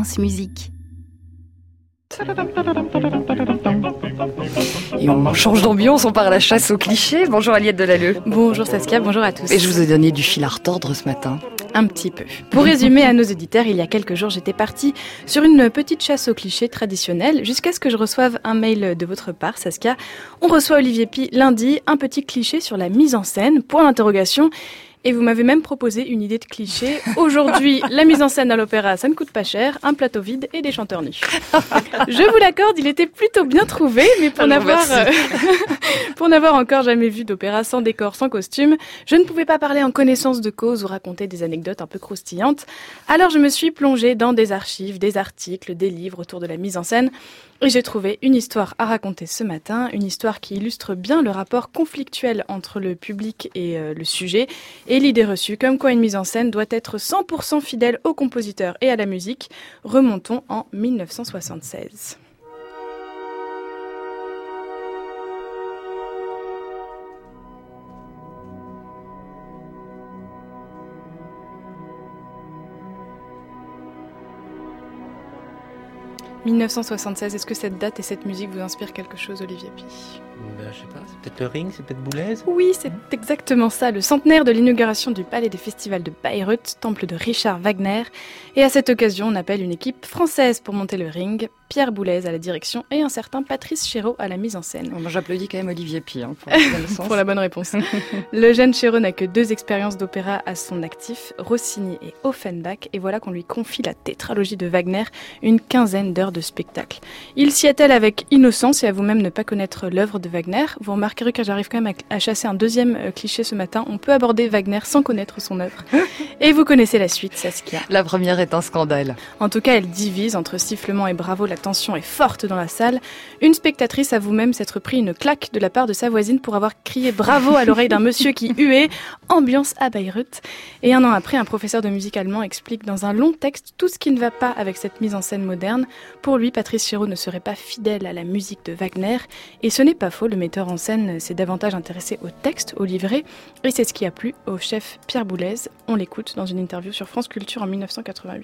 France Musique. Et on change d'ambiance, on part à la chasse aux clichés. Bonjour Aliette Delalleux. Bonjour Saskia, bonjour à tous. Et je vous ai donné du fil à retordre ce matin. Un petit peu. Pour résumer à nos auditeurs, il y a quelques jours, j'étais partie sur une petite chasse aux clichés traditionnels jusqu'à ce que je reçoive un mail de votre part, Saskia. On reçoit Olivier Pi lundi, un petit cliché sur la mise en scène, point d'interrogation. Et vous m'avez même proposé une idée de cliché. Aujourd'hui, la mise en scène à l'opéra, ça ne coûte pas cher, un plateau vide et des chanteurs nus. Je vous l'accorde, il était plutôt bien trouvé, mais pour n'avoir encore jamais vu d'opéra sans décor, sans costume, je ne pouvais pas parler en connaissance de cause ou raconter des anecdotes un peu croustillantes. Alors je me suis plongée dans des archives, des articles, des livres autour de la mise en scène. Et j'ai trouvé une histoire à raconter ce matin, une histoire qui illustre bien le rapport conflictuel entre le public et le sujet, et l'idée reçue comme quoi une mise en scène doit être 100% fidèle au compositeur et à la musique. Remontons en 1976. « 1976, est-ce que cette date et cette musique vous inspirent quelque chose, Olivier Pi ? Je sais pas, c'est peut-être le Ring, c'est peut-être Boulez. Oui, c'est exactement ça, le centenaire de l'inauguration du Palais des Festivals de Bayreuth, temple de Richard Wagner. Et à cette occasion, on appelle une équipe française pour monter le Ring, Pierre Boulez à la direction et un certain Patrice Chéreau à la mise en scène. Moi, j'applaudis quand même Olivier Pi pour la bonne réponse. Le jeune Chéreau n'a que 2 expériences d'opéra à son actif, Rossini et Offenbach, et voilà qu'on lui confie la tétralogie de Wagner, une 15aine d'heures de spectacle. Il s'y attelle avec innocence et à vous-même ne pas connaître l'œuvre de Wagner. Vous remarquerez que j'arrive quand même à chasser un deuxième cliché ce matin. On peut aborder Wagner sans connaître son œuvre. Et vous connaissez la suite, Saskia. La première est un scandale. En tout cas, elle divise entre sifflement et bravo. La tension est forte dans la salle. Une spectatrice a vous-même s'être pris une claque de la part de sa voisine pour avoir crié bravo à l'oreille d'un monsieur qui huait. Ambiance à Bayreuth. Et un an après, un professeur de musique allemand explique dans un long texte tout ce qui ne va pas avec cette mise en scène moderne. Pour lui, Patrice Chéreau ne serait pas fidèle à la musique de Wagner. Et ce n'est pas faux, le metteur en scène s'est davantage intéressé au texte, au livret. Et c'est ce qui a plu au chef Pierre Boulez. On l'écoute dans une interview sur France Culture en 1988.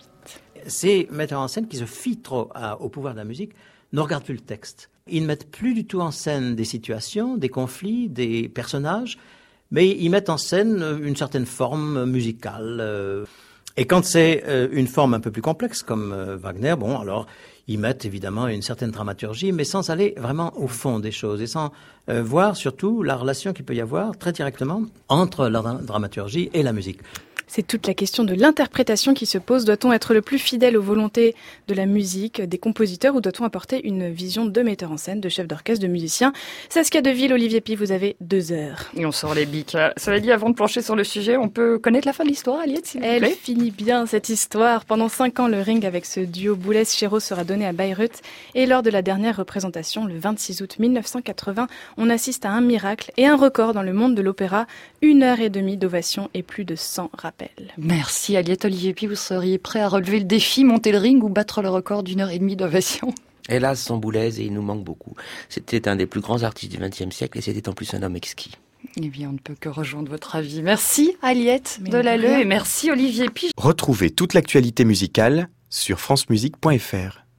Ces metteurs en scène qui se fient trop au pouvoir de la musique ne regardent plus le texte. Ils ne mettent plus du tout en scène des situations, des conflits, des personnages, mais ils mettent en scène une certaine forme musicale. Et quand c'est une forme un peu plus complexe comme Wagner, alors ils mettent évidemment une certaine dramaturgie, mais sans aller vraiment au fond des choses et sans voir surtout la relation qu'il peut y avoir très directement entre la dramaturgie et la musique. C'est toute la question de l'interprétation qui se pose. Doit-on être le plus fidèle aux volontés de la musique, des compositeurs, ou doit-on apporter une vision de metteur en scène, de chef d'orchestre, de musicien ? Saskia Deville, Olivier Pi, vous avez 2 heures. Et on sort les bics. Cela dit, avant de plancher sur le sujet, on peut connaître la fin de l'histoire, Aliette, s'il vous plaît ? Elle finit bien, cette histoire. Pendant 5 ans, le Ring avec ce duo Boulez-Chéreau sera donné à Bayreuth. Et lors de la dernière représentation, le 26 août 1980, on assiste à un miracle et un record dans le monde de l'opéra. 1h30 d'ovation et plus de 100 rappels. Merci Aliette. Olivier Pi, vous seriez prêt à relever le défi, monter le Ring ou battre le record d'1h30 d'ovation ? Hélas, sans Boulez, et il nous manque beaucoup. C'était un des plus grands artistes du XXe siècle et c'était en plus un homme exquis. Eh bien, on ne peut que rejoindre votre avis. Merci Aliette Delalleux et merci Olivier Pi. Retrouvez toute l'actualité musicale sur francemusique.fr.